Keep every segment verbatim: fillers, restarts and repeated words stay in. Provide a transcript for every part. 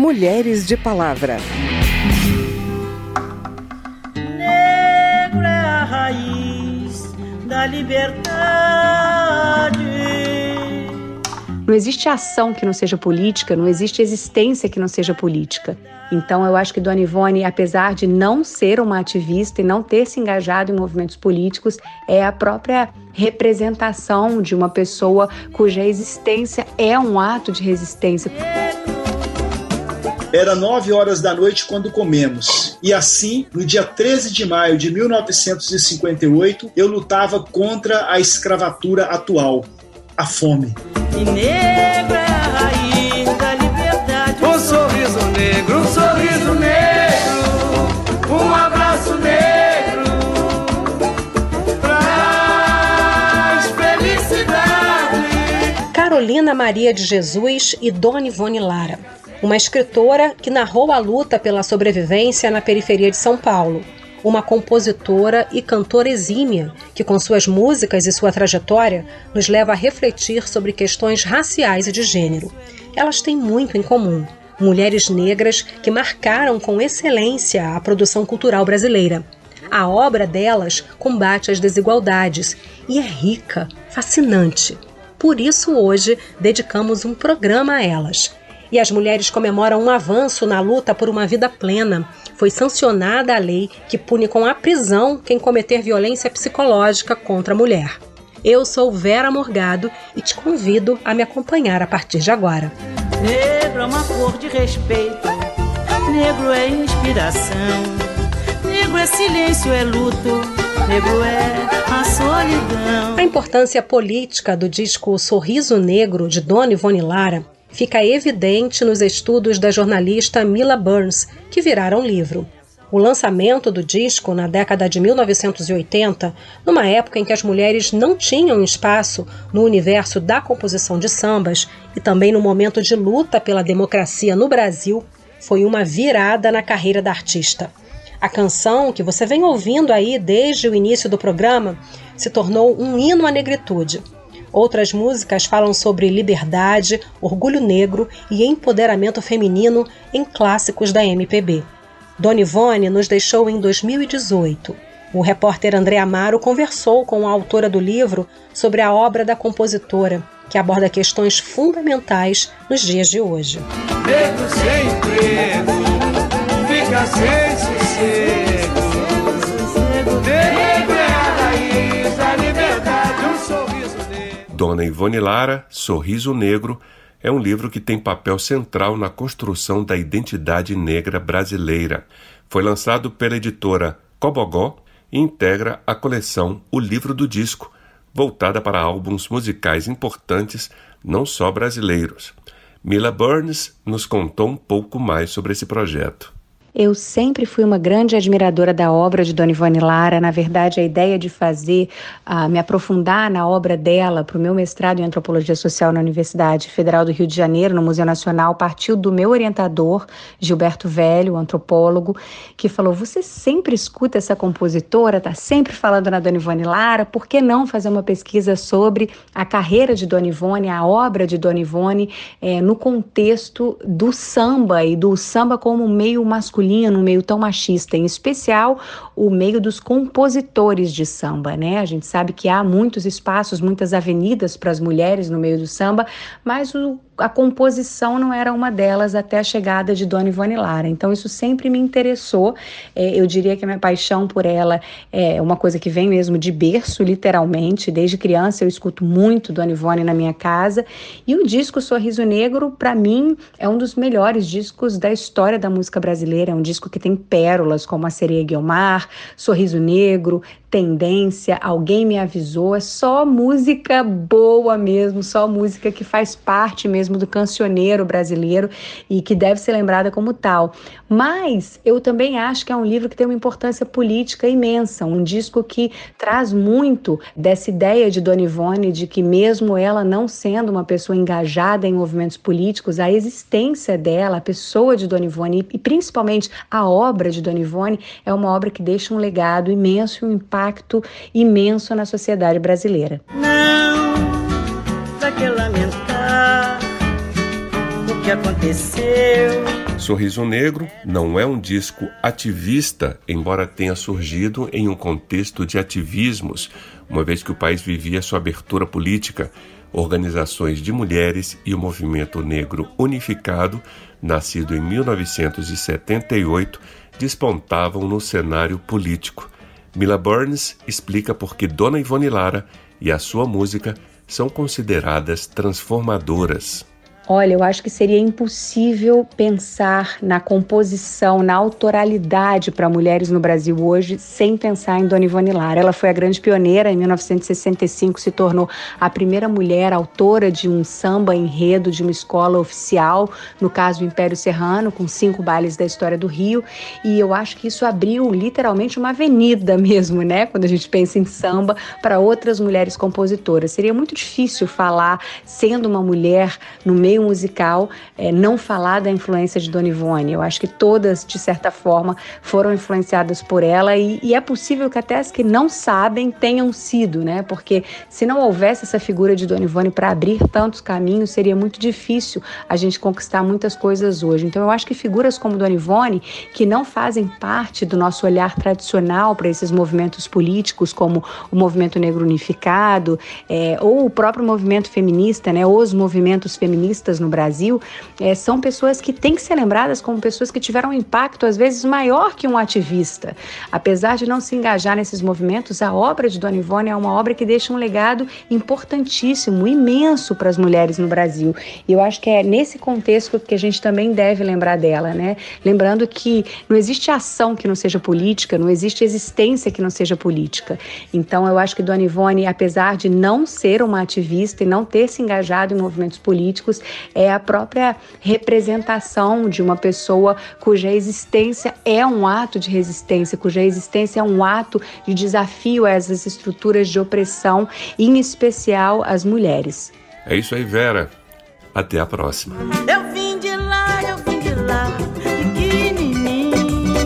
Mulheres de Palavra. Negro é a raiz da liberdade. Não existe ação que não seja política, não existe existência que não seja política. Então eu acho que Dona Ivone, apesar de não ser uma ativista e não ter se engajado em movimentos políticos, é a própria representação de uma pessoa cuja existência é um ato de resistência. Era nove horas da noite quando comemos. E assim, no dia treze de maio de mil novecentos e cinquenta e oito, eu lutava contra a escravatura atual, a fome. E negro é a raiz da liberdade. Um sorriso negro, um sorriso negro, um abraço negro, traz felicidade. Carolina Maria de Jesus e Dona Ivone Lara, uma escritora que narrou a luta pela sobrevivência na periferia de São Paulo, uma compositora e cantora exímia que, com suas músicas e sua trajetória, nos leva a refletir sobre questões raciais e de gênero. Elas têm muito em comum, mulheres negras que marcaram com excelência a produção cultural brasileira. A obra delas combate as desigualdades e é rica, fascinante. Por isso, hoje, dedicamos um programa a elas. E as mulheres comemoram um avanço na luta por uma vida plena. Foi sancionada a lei que pune com a prisão quem cometer violência psicológica contra a mulher. Eu sou Vera Morgado e te convido a me acompanhar a partir de agora. Negro é uma cor de respeito, negro é inspiração, negro é silêncio, é luto, negro é a solidão. A importância política do disco Sorriso Negro, de Dona Ivone Lara, fica evidente nos estudos da jornalista Mila Burns, que viraram livro. O lançamento do disco na década de mil novecentos e oitenta, numa época em que as mulheres não tinham espaço no universo da composição de sambas e também no momento de luta pela democracia no Brasil, foi uma virada na carreira da artista. A canção, que você vem ouvindo aí desde o início do programa, se tornou um hino à negritude. Outras músicas falam sobre liberdade, orgulho negro e empoderamento feminino em clássicos da M P B. Dona Ivone nos deixou em dois mil e dezoito. O repórter André Amaro conversou com a autora do livro sobre a obra da compositora, que aborda questões fundamentais nos dias de hoje. Negro sem emprego, fica sem sossego. Negro é a raiz da liberdade, um sorriso negro. Dona Ivone Lara, Sorriso Negro, é um livro que tem papel central na construção da identidade negra brasileira. Foi lançado pela editora Cobogó e integra a coleção O Livro do Disco, voltada para álbuns musicais importantes, não só brasileiros. Mila Burns nos contou um pouco mais sobre esse projeto. Eu sempre fui uma grande admiradora da obra de Dona Ivone Lara. Na verdade, a ideia de fazer, uh, me aprofundar na obra dela para o meu mestrado em Antropologia Social na Universidade Federal do Rio de Janeiro, no Museu Nacional, partiu do meu orientador, Gilberto Velho, antropólogo, que falou: você sempre escuta essa compositora, está sempre falando na Dona Ivone Lara, por que não fazer uma pesquisa sobre a carreira de Dona Ivone, a obra de Dona Ivone, eh, no contexto do samba e do samba como meio masculino, no meio tão machista, em especial o meio dos compositores de samba, né? A gente sabe que há muitos espaços, muitas avenidas para as mulheres no meio do samba, mas o a composição não era uma delas até a chegada de Dona Ivone Lara. Então isso sempre me interessou. É, eu diria que a minha paixão por ela é uma coisa que vem mesmo de berço, literalmente. Desde criança eu escuto muito Dona Ivone na minha casa. E o disco Sorriso Negro, para mim, é um dos melhores discos da história da música brasileira. É um disco que tem pérolas como A Sereia Guiomar, Sorriso Negro, Tendência, Alguém Me Avisou. É só música boa mesmo, só música que faz parte mesmo do cancioneiro brasileiro e que deve ser lembrada como tal. Mas eu também acho que é um livro que tem uma importância política imensa, um disco que traz muito dessa ideia de Dona Ivone, de que mesmo ela não sendo uma pessoa engajada em movimentos políticos, a existência dela, a pessoa de Dona Ivone e principalmente a obra de Dona Ivone é uma obra que deixa um legado imenso e um impacto imenso na sociedade brasileira. Não, pra que lamentar o que aconteceu? Sorriso Negro não é um disco ativista, embora tenha surgido em um contexto de ativismos, uma vez que o país vivia sua abertura política. Organizações de mulheres e o Movimento Negro Unificado, nascido em mil novecentos e setenta e oito, despontavam no cenário político. Mila Burns explica por que Dona Ivone Lara e a sua música são consideradas transformadoras. Olha, eu acho que seria impossível pensar na composição, na autoralidade para mulheres no Brasil hoje sem pensar em Dona Ivone Lara. Ela foi a grande pioneira. Em mil novecentos e sessenta e cinco se tornou a primeira mulher autora de um samba enredo de uma escola oficial, no caso o Império Serrano, com cinco bailes da história do Rio. E eu acho que isso abriu literalmente uma avenida mesmo, né? Quando a gente pensa em samba, para outras mulheres compositoras. Seria muito difícil falar, sendo uma mulher no meio musical, é, não falar da influência de Dona Ivone. Eu acho que todas, de certa forma, foram influenciadas por ela e, e é possível que até as que não sabem tenham sido, né? Porque se não houvesse essa figura de Dona Ivone para abrir tantos caminhos, seria muito difícil a gente conquistar muitas coisas hoje. Então eu acho que figuras como Dona Ivone, que não fazem parte do nosso olhar tradicional para esses movimentos políticos, como o Movimento Negro Unificado, é, ou o próprio movimento feminista, né? Os movimentos feministas no Brasil, é, são pessoas que têm que ser lembradas como pessoas que tiveram um impacto, às vezes, maior que um ativista. Apesar de não se engajar nesses movimentos, a obra de Dona Ivone é uma obra que deixa um legado importantíssimo, imenso para as mulheres no Brasil. E eu acho que é nesse contexto que a gente também deve lembrar dela, né? Lembrando que não existe ação que não seja política, não existe existência que não seja política. Então, eu acho que Dona Ivone, apesar de não ser uma ativista e não ter se engajado em movimentos políticos, é a própria representação de uma pessoa cuja existência é um ato de resistência, cuja existência é um ato de desafio a essas estruturas de opressão, em especial as mulheres. É isso aí, Vera. Até a próxima. Eu vim de lá, eu vim de lá, pequenininho,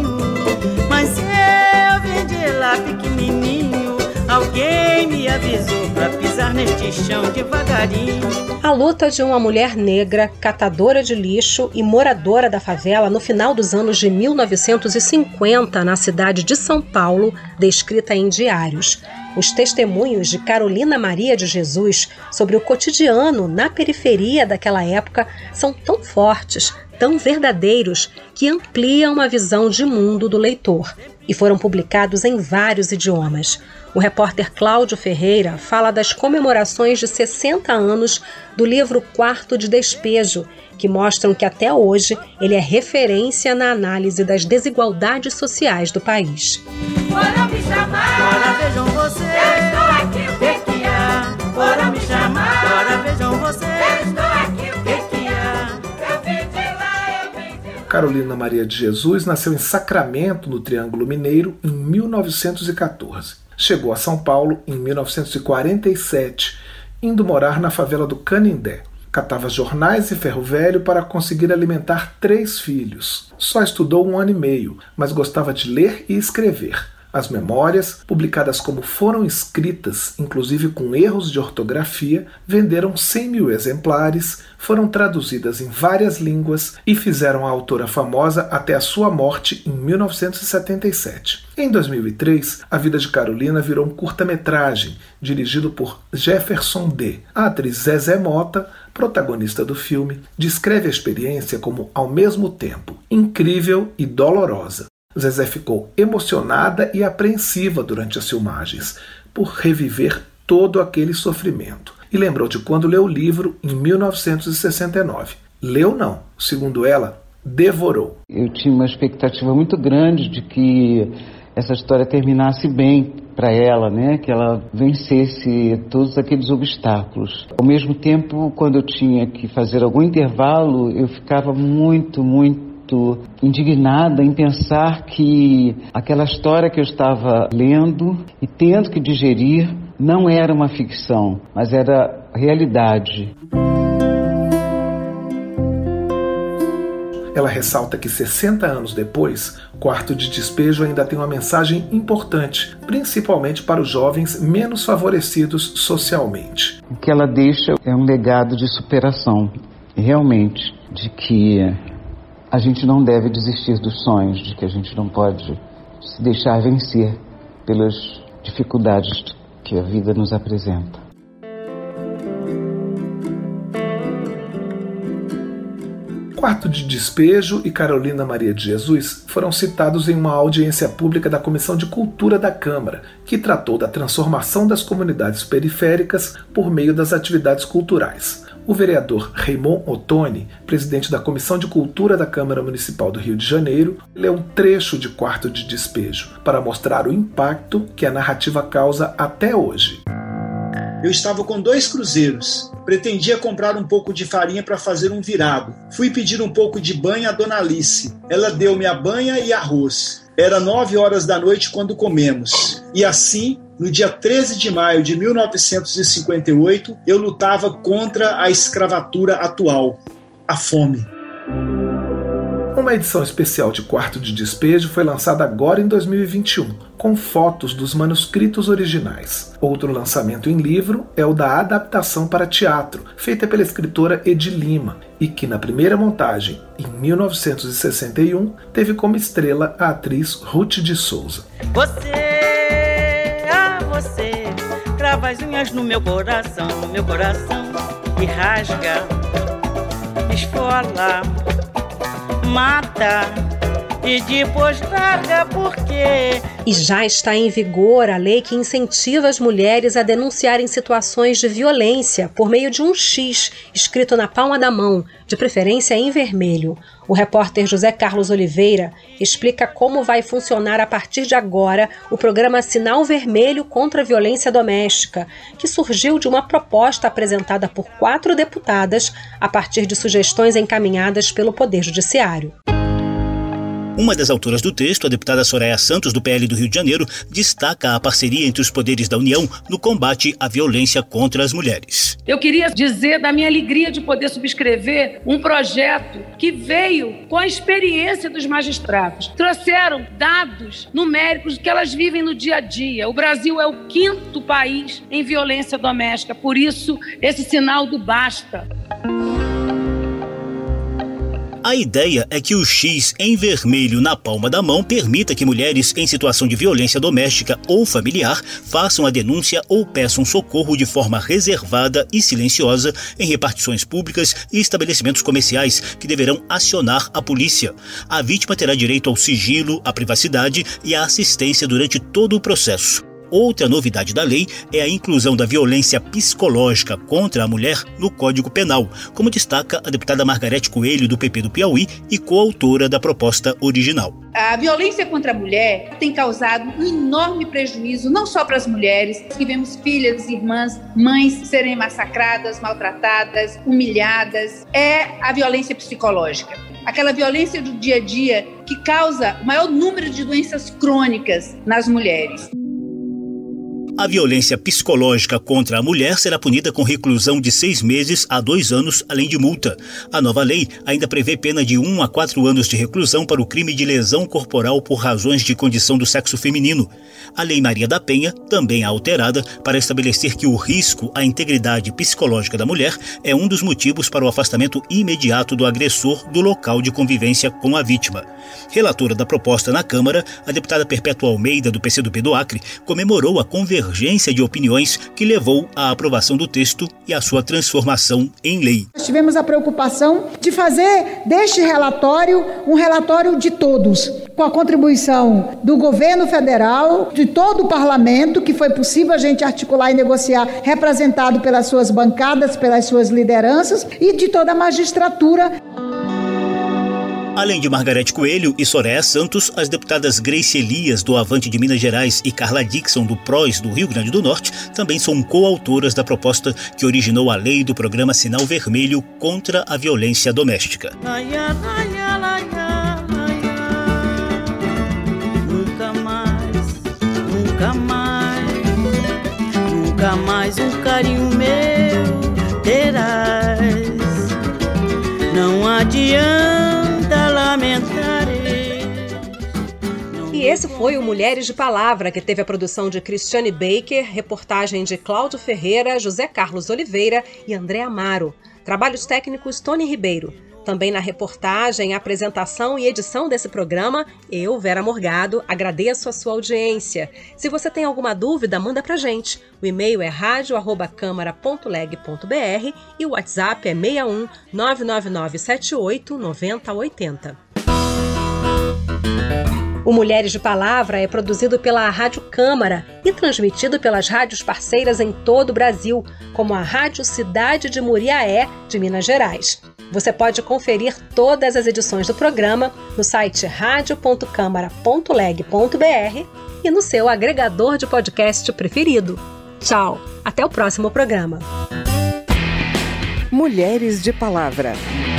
mas eu vim de lá pequenininho, alguém me avisou pra pisar neste chão devagarinho. A luta de uma mulher negra, catadora de lixo e moradora da favela no final dos anos de mil novecentos e cinquenta na cidade de São Paulo, descrita em diários. Os testemunhos de Carolina Maria de Jesus sobre o cotidiano na periferia daquela época são tão fortes, tão verdadeiros, que ampliam a visão de mundo do leitor e foram publicados em vários idiomas. O repórter Cláudio Ferreira fala das comemorações de sessenta anos do livro Quarto de Despejo, que mostram que até hoje ele é referência na análise das desigualdades sociais do país. Bora me chamar, bora vejam vocês, eu estou aqui, o que que há? Bora me chamar, bora vejam vocês, eu estou aqui, o que que há? Eu vim de lá, eu vim de lá. Carolina Maria de Jesus nasceu em Sacramento, no Triângulo Mineiro, em mil novecentos e catorze. Chegou a São Paulo em mil novecentos e quarenta e sete, indo morar na favela do Canindé. Catava jornais e ferro velho para conseguir alimentar três filhos. Só estudou um ano e meio, mas gostava de ler e escrever. As memórias, publicadas como foram escritas, inclusive com erros de ortografia, venderam cem mil exemplares, foram traduzidas em várias línguas e fizeram a autora famosa até a sua morte em mil novecentos e setenta e sete. Em dois mil e três, a vida de Carolina virou um curta-metragem, dirigido por Jefferson D. A atriz Zezé Mota, protagonista do filme, descreve a experiência como, ao mesmo tempo, incrível e dolorosa. Zezé ficou emocionada e apreensiva durante as filmagens, por reviver todo aquele sofrimento. E lembrou de quando leu o livro em mil novecentos e sessenta e nove. Leu não, segundo ela, devorou. Eu tinha uma expectativa muito grande de que essa história terminasse bem para ela, né? Que ela vencesse todos aqueles obstáculos. Ao mesmo tempo, quando eu tinha que fazer algum intervalo, eu ficava muito, muito indignada em pensar que aquela história que eu estava lendo e tendo que digerir não era uma ficção, mas era realidade. Ela ressalta que sessenta anos depois, Quarto de Despejo ainda tem uma mensagem importante, principalmente para os jovens menos favorecidos socialmente. O que ela deixa é um legado de superação, realmente, de que a gente não deve desistir dos sonhos, de que a gente não pode se deixar vencer pelas dificuldades que a vida nos apresenta. Quarto de Despejo e Carolina Maria de Jesus foram citados em uma audiência pública da Comissão de Cultura da Câmara, que tratou da transformação das comunidades periféricas por meio das atividades culturais. O vereador Raymond Ottoni, presidente da Comissão de Cultura da Câmara Municipal do Rio de Janeiro, leu um trecho de Quarto de Despejo para mostrar o impacto que a narrativa causa até hoje. Eu estava com dois cruzeiros. Pretendia comprar um pouco de farinha para fazer um virado. Fui pedir um pouco de banha à dona Alice. Ela deu-me a banha e arroz. Era nove horas da noite quando comemos. E assim, no dia treze de maio de mil novecentos e cinquenta e oito, eu lutava contra a escravatura atual, a fome. Uma edição especial de Quarto de Despejo foi lançada agora em dois mil e vinte e um, com fotos dos manuscritos originais. Outro lançamento em livro é o da adaptação para teatro, feita pela escritora Edi Lima, e que na primeira montagem, em mil novecentos e sessenta e um, teve como estrela a atriz Ruth de Souza. Você, ah você, crava as unhas no meu coração, no meu coração, e rasga, esfola, mata e depois larga porque... E já está em vigor a lei que incentiva as mulheres a denunciarem situações de violência por meio de um X escrito na palma da mão, de preferência em vermelho. O repórter José Carlos Oliveira explica como vai funcionar a partir de agora o programa Sinal Vermelho contra a Violência Doméstica, que surgiu de uma proposta apresentada por quatro deputadas a partir de sugestões encaminhadas pelo Poder Judiciário. Uma das autoras do texto, a deputada Soraya Santos, do P L do Rio de Janeiro, destaca a parceria entre os poderes da União no combate à violência contra as mulheres. Eu queria dizer da minha alegria de poder subscrever um projeto que veio com a experiência dos magistrados. Trouxeram dados numéricos que elas vivem no dia a dia. O Brasil é o quinto país em violência doméstica, por isso esse sinal do basta. A ideia é que o X em vermelho na palma da mão permita que mulheres em situação de violência doméstica ou familiar façam a denúncia ou peçam socorro de forma reservada e silenciosa em repartições públicas e estabelecimentos comerciais que deverão acionar a polícia. A vítima terá direito ao sigilo, à privacidade e à assistência durante todo o processo. Outra novidade da lei é a inclusão da violência psicológica contra a mulher no Código Penal, como destaca a deputada Margarete Coelho, do P P do Piauí e coautora da proposta original. A violência contra a mulher tem causado um enorme prejuízo, não só para as mulheres, que vemos filhas, irmãs, mães serem massacradas, maltratadas, humilhadas. É a violência psicológica. Aquela violência do dia a dia que causa o maior número de doenças crônicas nas mulheres. A violência psicológica contra a mulher será punida com reclusão de seis meses a dois anos, além de multa. A nova lei ainda prevê pena de um a quatro anos de reclusão para o crime de lesão corporal por razões de condição do sexo feminino. A Lei Maria da Penha também é alterada para estabelecer que o risco à integridade psicológica da mulher é um dos motivos para o afastamento imediato do agressor do local de convivência com a vítima. Relatora da proposta na Câmara, a deputada Perpétua Almeida, do P C do B do Acre, comemorou a convergência de opiniões que levou à aprovação do texto e à sua transformação em lei. Nós tivemos a preocupação de fazer deste relatório um relatório de todos, com a contribuição do governo federal, de todo o parlamento, que foi possível a gente articular e negociar, representado pelas suas bancadas, pelas suas lideranças, e de toda a magistratura. Além de Margarete Coelho e Soraya Santos, as deputadas Grace Elias, do Avante de Minas Gerais, e Carla Dixon, do P R O S do Rio Grande do Norte, também são coautoras da proposta que originou a lei do programa Sinal Vermelho contra a violência doméstica. Laia, laia, laia, laia. Nunca mais, nunca mais, nunca mais um carinho meu terás. Não adianta. E esse foi o Mulheres de Palavra, que teve a produção de Cristiane Baker, reportagem de Cláudio Ferreira, José Carlos Oliveira e André Amaro. Trabalhos técnicos Tony Ribeiro. Também na reportagem, apresentação e edição desse programa, eu, Vera Morgado, agradeço a sua audiência. Se você tem alguma dúvida, manda pra gente. O e-mail é rádio arroba câmara ponto leg ponto br e o WhatsApp é seis um nove nove nove sete oito nove zero oito zero. O Mulheres de Palavra é produzido pela Rádio Câmara e transmitido pelas rádios parceiras em todo o Brasil, como a Rádio Cidade de Muriaé, de Minas Gerais. Você pode conferir todas as edições do programa no site rádio ponto câmara ponto leg ponto br e no seu agregador de podcast preferido. Tchau, até o próximo programa. Mulheres de Palavra.